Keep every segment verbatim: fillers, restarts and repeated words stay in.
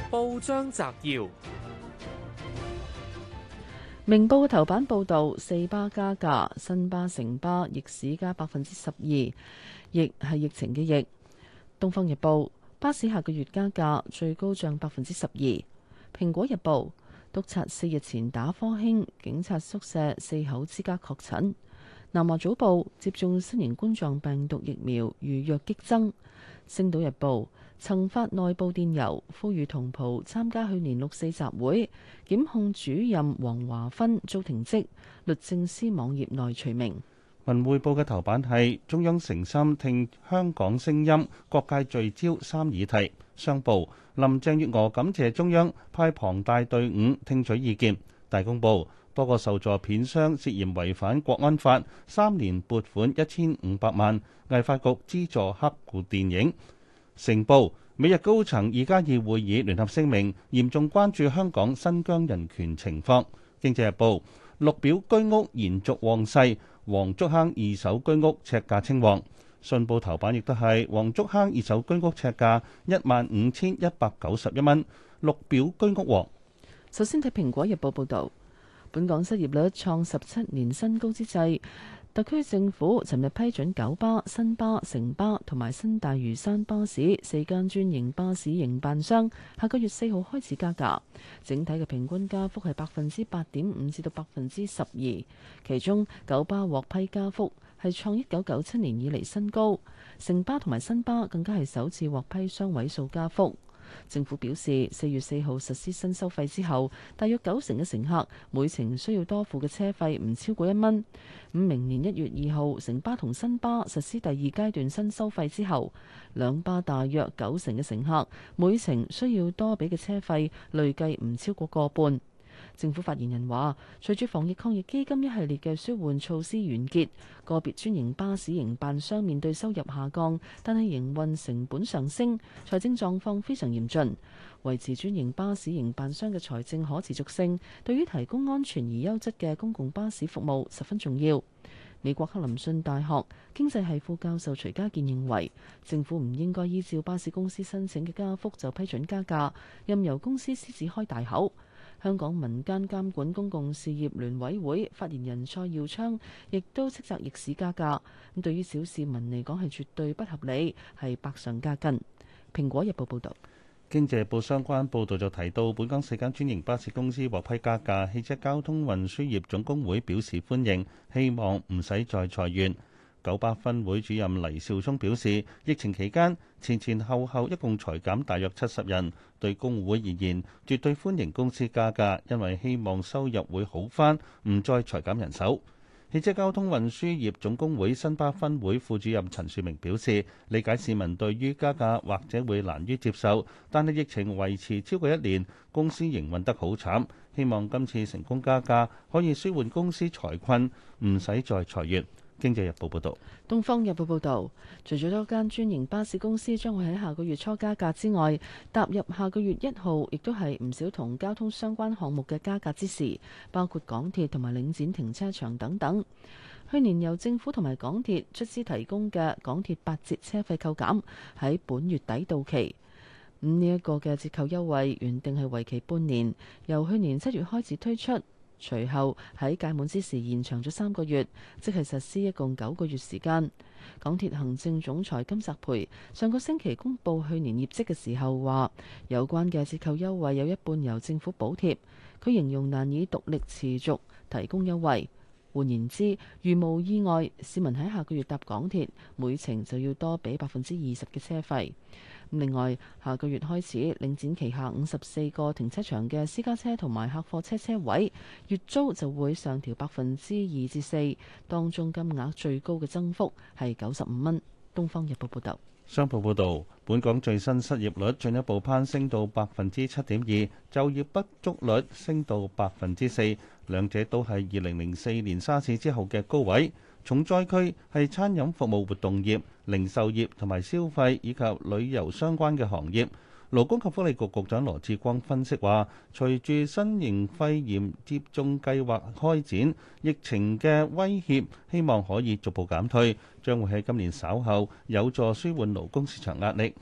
報章摘要： 明報嘅頭版報導，四巴加價，新巴、城巴逆市加百分之十二，疫係疫情嘅疫。東方日報，巴士下個月加價，最高漲百分之十二。蘋果日報，督察四日前打科興，警察宿舍四口之家確診。南華早報，接種新型冠狀病毒疫苗預約激增。星島日報，曾發內部電郵，呼籲同袍參加去年六四集會，檢控主任黃華芬遭停職。律政司網頁內除名。 文匯報嘅頭版係中央誠心聽香港聲音，各界聚焦三議題。商報，林鄭月娥感謝中央派龐大隊伍聽取意見。大公報，多個受助片商涉嫌違反國安法，三年撥款一千五百萬，藝發局資助黑戶電影。成報，美日高層二加二會議聯合聲明，嚴重關注香港新疆人權情況。經濟日報，綠表居屋延續旺勢，黃竹坑二手居屋尺價稱旺。信報頭版亦都係黃竹坑二手居屋尺價一萬五千一百九十一蚊，綠表居屋旺。 首先睇蘋果日報報導，本港失業率創十七年新高之際，特區政府尋日批准九巴、新巴、城巴同埋新大嶼山巴士四間專營巴士營辦商下個月四號開始加價，整體嘅平均加幅係百分之八點五至到百分之十二，其中九巴獲批加幅係創一九九七年以嚟新高，城巴同埋新巴更加係首次獲批雙位數加幅。政府表示，四月四號實施新收費之後，大約九成嘅乘客每程需要多付嘅車費唔超過一蚊。咁明年一月二號，城巴同新巴實施第二階段新收費之後，兩巴大約九成嘅乘客每程需要多俾嘅車費累計唔超過個半。政府發言人話，隨住防疫抗疫基金一系列嘅舒緩措施完結，個別專營巴士營辦商面對收入下降，但係營運成本上升，財政狀況非常嚴峻。維持專營巴士營辦商嘅財政可持續性，對於提供安全而優質嘅公共巴士服務十分重要。美國克林遜大學經濟系副教授徐家健認為，政府唔應該依照巴士公司申請嘅加幅就批准加價，任由公司獅子開大口。香港民間監管公共事業聯委會發言人蔡耀昌亦都斥責逆市加價，咁對於小市民嚟講係絕對不合理，係百上加斤。蘋果日報報導。 經濟日報相關報導就提到，本港四間專營巴士公司獲批加價，汽車交通運輸業總工會表示歡迎，希望唔使再裁員。九巴分會主任黎兆聰表示，疫情期間前前後後一共裁減大約七十人，對工會而言絕對歡迎公司加價，因為希望收入會好返，唔再裁減人手。汽車交通運輸業總工會新巴分會副主任陳樹明表示，理解市民對於加價或者會難於接受，但係疫情維持超過一年，公司營運得好慘，希望今次成功加價可以舒緩公司財困，唔使再裁員。經濟日報報導， 東方日報報導，除咗多間專營巴士公司將會喺下個月初加價之外，踏入下個月一號，亦都係唔少同交通相關項目嘅加價之時，包括港鐵同埋領展停車場等等。去年由政府同埋港鐵出資提供嘅港鐵八折車費扣減喺本月底到期。咁呢一個嘅折扣優惠原定係為期半年，由去年七月開始推出。隨後喺屆滿之時延長咗三個月，即係實施一共九個月時間。港鐵行政總裁金澤培上個星期公布去年業績嘅時候話，有關嘅折扣優惠有一半由政府補貼。佢形容難以獨立持續提供優惠。換言之，如無意外，市民喺下個月搭港鐵每程就要多俾百分之二十嘅車費。另外，下個月開始，領展旗下五十四個停車場嘅私家車同埋客貨車車位月租就會上調百分之二至四，當中金額最高嘅增幅係九十五蚊。《東方日報》報道。 商報報導，本港最新失業率進一步攀升到百分之七點二，就業不足率升到百分之四，兩者都係二零零四年沙士之後嘅高位。重災區係餐飲服務活動業、零售業同埋消費以及旅遊相關嘅行業。勞工及福利局局長羅致光分析話，隨住新型肺炎接種計劃開展，疫情嘅威脅希望可以逐步減退，將會喺今年稍後有助舒緩勞工市場壓力。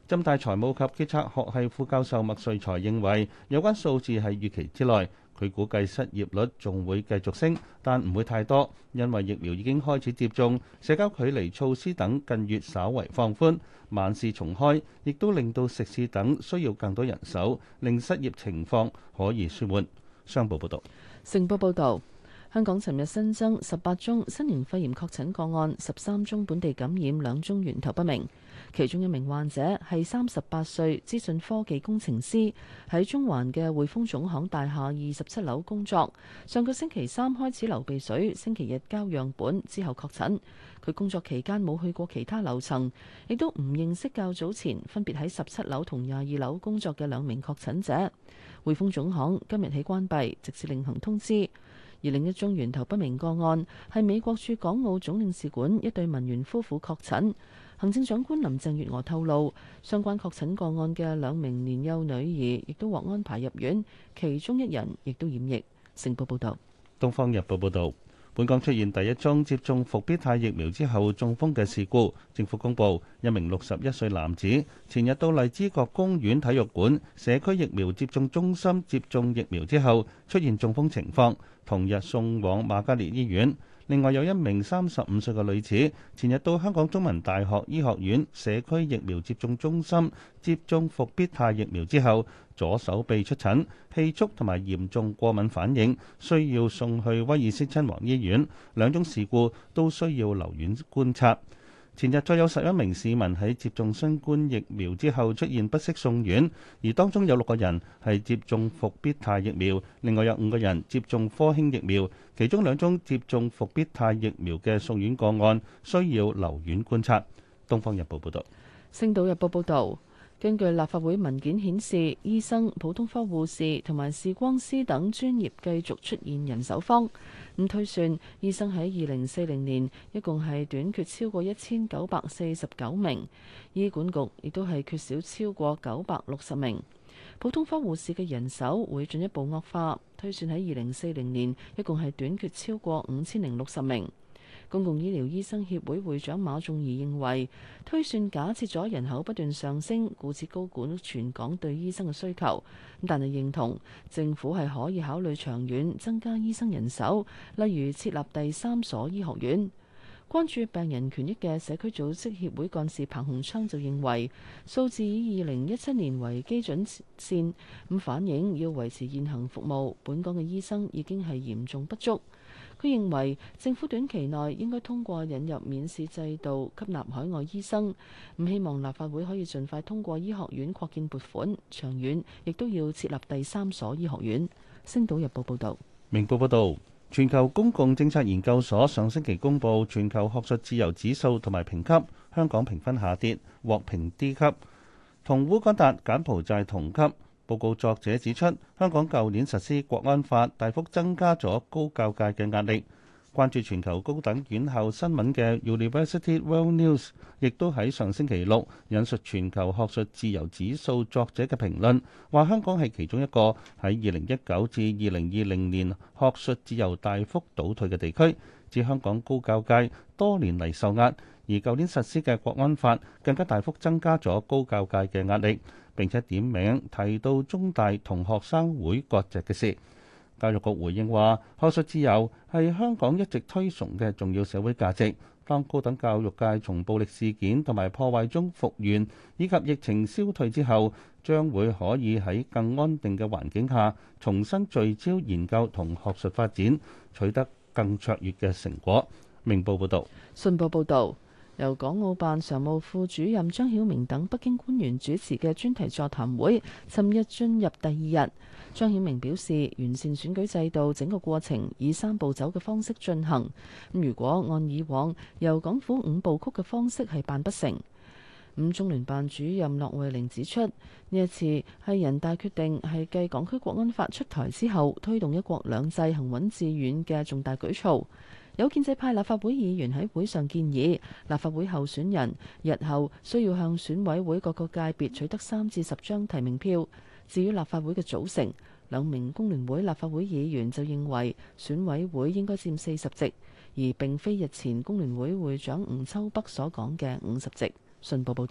浸大財務及決策學系副教授麥瑞才認為，有關數字係預期之內。佢估計失業率仲會繼續升，但唔會太多，因為疫苗已經開始接種，社交距離措施等近月稍為放寬，晚市重開，亦都令到食肆等需要更多人手，令失業情況可以舒緩。商報報導。 成報報導。香港尋日新增十八宗新型肺炎確診個案，十三宗本地感染，兩宗源頭不明。其中一名患者係三十八歲資訊科技工程師，喺中環嘅匯豐總行大廈二十七樓工作。上個星期三開始流鼻水，星期日交樣本之後確診。佢工作期間冇去過其他樓層，亦都唔認識較早前分別喺十七樓同廿二樓工作嘅兩名確診者。匯豐總行今日起關閉，直至另行通知。而另一宗源頭不明個案係美國駐港澳總領事館一對文員夫婦確診。行政長官林鄭月娥透露，相關確診個案嘅兩名年幼女兒亦都獲安排入院，其中一人亦都染疫。成報報導。 《東方日報》報導，本港出現第一宗接種復必泰疫苗之後中風嘅事故。政府公布，一名六十一歲男子前日到荔枝角公園體育館社區疫苗接種中心接種疫苗之後出現中風情況，同日送往瑪嘉烈醫院。另外有一名三十五歲嘅女子，前日到香港中文大學醫學院社區疫苗接種中心接種復必泰疫苗之後，左手臂出疹、氣促同埋嚴重過敏反應，需要送去威爾斯親王醫院。兩宗事故都需要留院觀察。前日再有十一名市民喺接種新冠疫苗之後出現不適送院，而當中有六個人係接種復必泰疫苗，另外有五個人接種科興疫苗，其中兩宗接種復必泰疫苗嘅送院個案需要留院觀察。《東方日報》報道。《 星島日報》報導。根據立法會文件顯示，醫生、普通科護士同埋視光師等專業繼續出現人手荒。咁推算，醫生喺二零四零年一共係短缺超過一千九百四十九名，醫管局亦都係缺少超過九百六十名。普通科護士嘅人手會進一步惡化，推算喺二零四零年一共係短缺超過五千零六十名。公共醫療醫生協會會長馬仲儀認為，推算假設咗人口不斷上升，故此高估全港對醫生嘅需求。但係認同政府係可以考慮長遠增加醫生人手，例如設立第三所醫學院。關注病人權益嘅社區組織協會幹事彭鴻昌就認為，數字以二零一七年為基準線，咁反映要維持現行服務，本港嘅醫生已經係嚴重不足。佢認為政府短期內應該通過引入免試制度吸納海外醫生，咁希望立法會可以盡快通過醫學院擴建撥款，長遠亦都要設立第三所醫學院。星島日報報道。 明報報道，全球公共政策研究所上星期公布全球學術自由指數同埋評級，香港評分下跌，獲評 D 級，同烏干達、柬埔寨同級。報告作者指出，香港舊年實施國安法，大幅增加咗高教界嘅壓力。關注全球高等院校新聞嘅 University World News 亦都喺上星期六引述全球學術自由指數作者嘅評論，話香港係其中一個喺二零一九至二零二零年學術自由大幅倒退嘅地區，指香港高教界多年嚟受壓，而舊年實施嘅國安法更加大幅增加咗高教界嘅壓力。並且點名提到中大同學生會割席嘅事。教育局回應話，學術自由係香港一直推崇嘅重要社會價值。當高等教育界從暴力事件同埋破壞中復原，以及疫情消退之後，將會可以喺更安定嘅環境下，重新聚焦研究同學術發展，取得更卓越嘅成果。明報報道。 信報報導。由港澳辦常務副主任張曉明等北京官員主持嘅專題座談會，尋日進入第二日。張曉明表示，完善選舉制度整個過程以三步走嘅方式進行。如果按以往由港府五部曲嘅方式係辦不成。咁中聯辦主任駱惠寧指出，呢一次係人大決定係繼港區國安法出台之後，推動一國兩制行穩致遠嘅重大舉措。有建制派立法會議員喺會上建議，立法會候選人日後需要向選委會各個界別取得三至十張提名票。至於立法會嘅組成，兩名工聯會立法會議員就認為選委會應該佔四十席，而並非日前工聯會會長吳秋北所講嘅五十席。信報報導。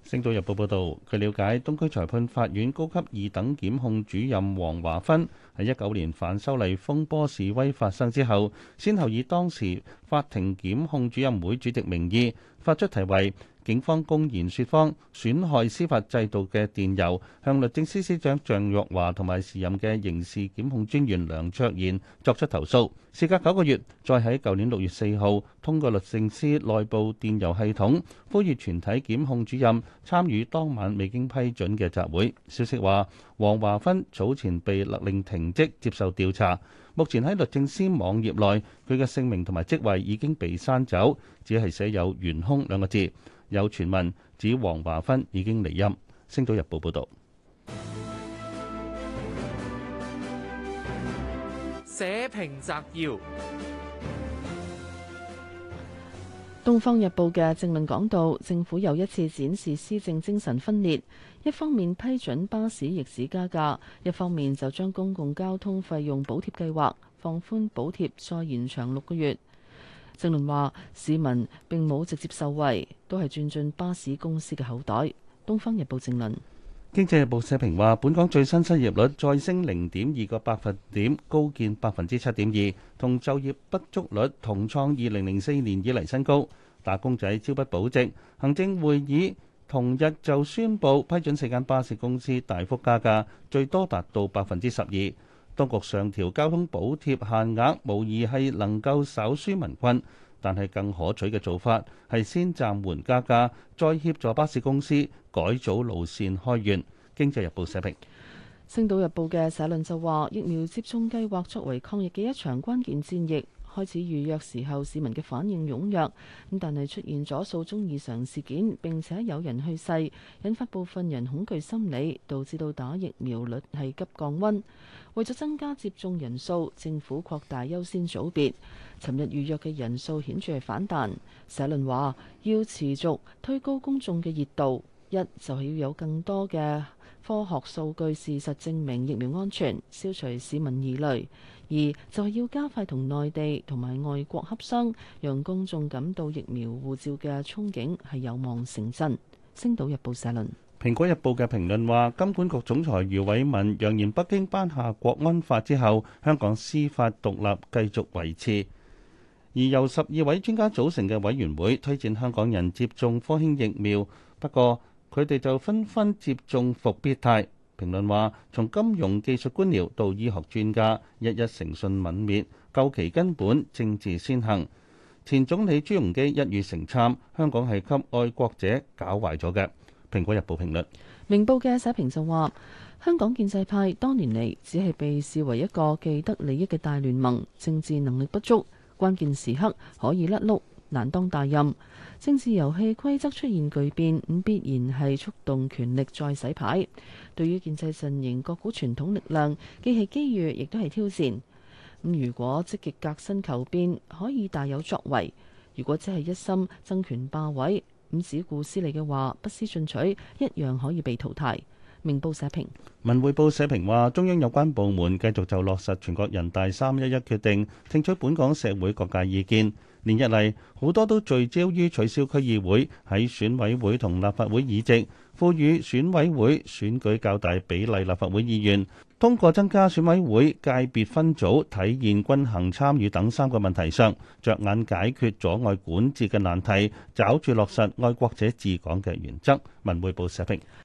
星島日報報導，據了解，東區裁判法院高級二等檢控主任黃華芬喺一九年反修例風波示威發生之後，先後以當時法庭檢控主任會主席名義發出題為警方公然説謊、損害司法制度嘅電郵，向律政司司長鄭若驊同埋時任嘅刑事檢控專員梁卓賢作出投訴。事隔九個月，再喺舊年六月四號通過律政司內部電郵系統，呼籲全體檢控主任參與當晚未經批准嘅集會。消息話，黃華芬早前被勒令停職接受調查，目前喺律政司網頁內，佢嘅姓名同埋職位已經被刪走，只係寫有懸空兩個字。有傳聞指黃華芬已經離任。星島日報報導。 社評摘要：《 東方日報》嘅政論講到，政府又一次展示施政精神分裂，一方面批准巴士逆市加價，一方面就將公共交通費用補貼計劃放寬補貼，再延長六個月。政論話市民並冇直接受惠，都係轉進巴士公司嘅口袋。《東方日報》政論。 經濟日報社評話，本港最新失業率再升零點二個百分點，高見百分之七點二，同就業不足率同創二零零四年以嚟新高。打工仔朝不保夕，行政會議同日就宣布批准四間巴士公司大幅加價，最多達到百分之十二。當局上調交通補貼限額，無疑係能夠稍紓民困，但係更可取嘅做法係先暫緩加價，再協助巴士公司改組路線開源。經濟日報社評。 星島日報嘅社論就話，疫苗接種計劃作為抗疫嘅一場關鍵戰役，開始預約時候市民嘅反應踴躍，咁但係出現咗數宗異常事件，並且有人去世，引發部分人恐懼心理，導致到打疫苗率係急降溫。為咗增加接種人數，政府擴大優先組別，尋日預約嘅人數顯著係反彈。社論話要持續推高公眾嘅熱度，一就係要有更多嘅科學數據事實證明疫苗安全，消除市民疑慮；二就係要加快同內地同埋外國洽商，讓公眾感到疫苗護照嘅憧憬係有望成真。星島日報社論。 蘋果日報嘅評論話，金管局總裁余偉文揚言，北京頒下國安法之後，香港司法獨立繼續維持。而由十二位專家組成嘅委員會推薦香港人接種科興疫苗，不過佢哋就紛紛接種復必泰。評論話，從金融技術官僚到醫學專家，一一誠信泯滅，究其根本，政治先行。前總理朱鎔基一語成讖，香港係給愛國者搞壞咗嘅。蘋果日報評論。 明報嘅社評就話，香港建制派多年嚟只係被視為一個既得利益嘅大聯盟，政治能力不足，關鍵時刻可以甩碌，難當大任。政治遊戲規則出現巨變，咁必然係觸動權力再洗牌。對於建制陣營各股傳統力量，既係機遇，亦都係挑戰。咁如果積極革新求變，可以大有作為；如果只係一心爭權霸位，咁只顧私利嘅話，不思進取，一樣可以被淘汰。明報社評。 文匯報社評話，中央有關部門繼續就落實全國人大三一一決定，聽取本港社會各界意見。連日嚟，好多都聚焦於取消區議會喺選委會同立法會議席，賦予選委會選舉較大比例立法會議員，通過增加選委會界別分組、體現均衡參與等三個問題上，着眼解決阻礙管治嘅難題，抓住落實愛國者治港嘅原則。文匯報社評。